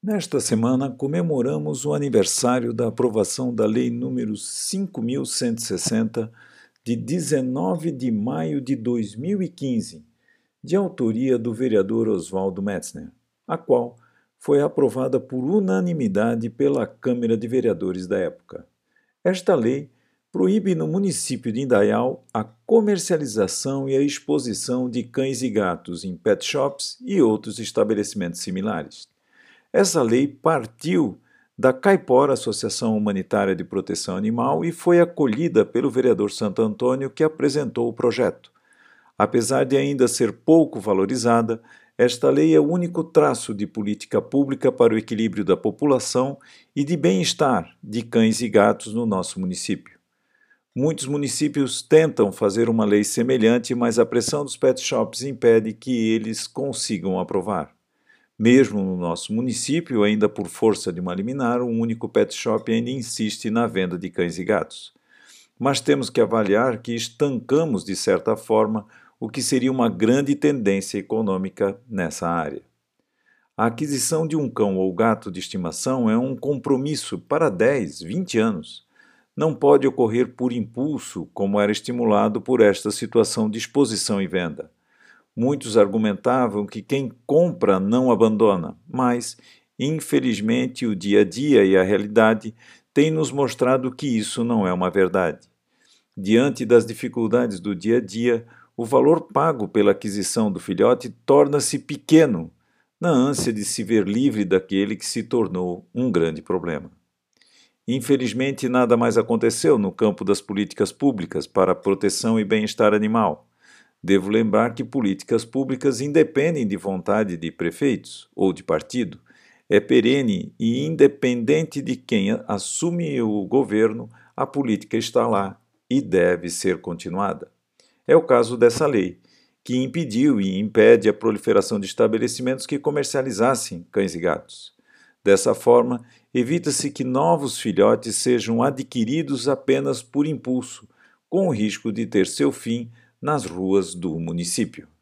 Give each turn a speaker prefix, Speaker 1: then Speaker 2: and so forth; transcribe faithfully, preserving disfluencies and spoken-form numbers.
Speaker 1: Nesta semana, comemoramos o aniversário da aprovação da Lei número cinco mil cento e sessenta, de dezenove de maio de dois mil e quinze, de autoria do vereador Oswaldo Metzner, a qual foi aprovada por unanimidade pela Câmara de Vereadores da época. Esta lei proíbe no município de Indaial a comercialização e a exposição de cães e gatos em pet shops e outros estabelecimentos similares. Essa lei partiu da Caipora, Associação Humanitária de Proteção Animal, e foi acolhida pelo vereador Santo Antônio, que apresentou o projeto. Apesar de ainda ser pouco valorizada, esta lei é o único traço de política pública para o equilíbrio da população e de bem-estar de cães e gatos no nosso município. Muitos municípios tentam fazer uma lei semelhante, mas a pressão dos pet shops impede que eles consigam aprovar. Mesmo no nosso município, ainda por força de uma liminar, um único pet shop ainda insiste na venda de cães e gatos. Mas temos que avaliar que estancamos, de certa forma, o que seria uma grande tendência econômica nessa área. A aquisição de um cão ou gato de estimação é um compromisso para dez, vinte anos. Não pode ocorrer por impulso, como era estimulado por esta situação de exposição e venda. Muitos argumentavam que quem compra não abandona, mas, infelizmente, o dia a dia e a realidade têm nos mostrado que isso não é uma verdade. Diante das dificuldades do dia a dia, o valor pago pela aquisição do filhote torna-se pequeno, na ânsia de se ver livre daquele que se tornou um grande problema. Infelizmente, nada mais aconteceu no campo das políticas públicas para a proteção e bem-estar animal. Devo lembrar que políticas públicas independem de vontade de prefeitos ou de partido. É perene e independente de quem assume o governo, a política está lá e deve ser continuada. É o caso dessa lei, que impediu e impede a proliferação de estabelecimentos que comercializassem cães e gatos. Dessa forma, evita-se que novos filhotes sejam adquiridos apenas por impulso, com o risco de ter seu fim nas ruas do município.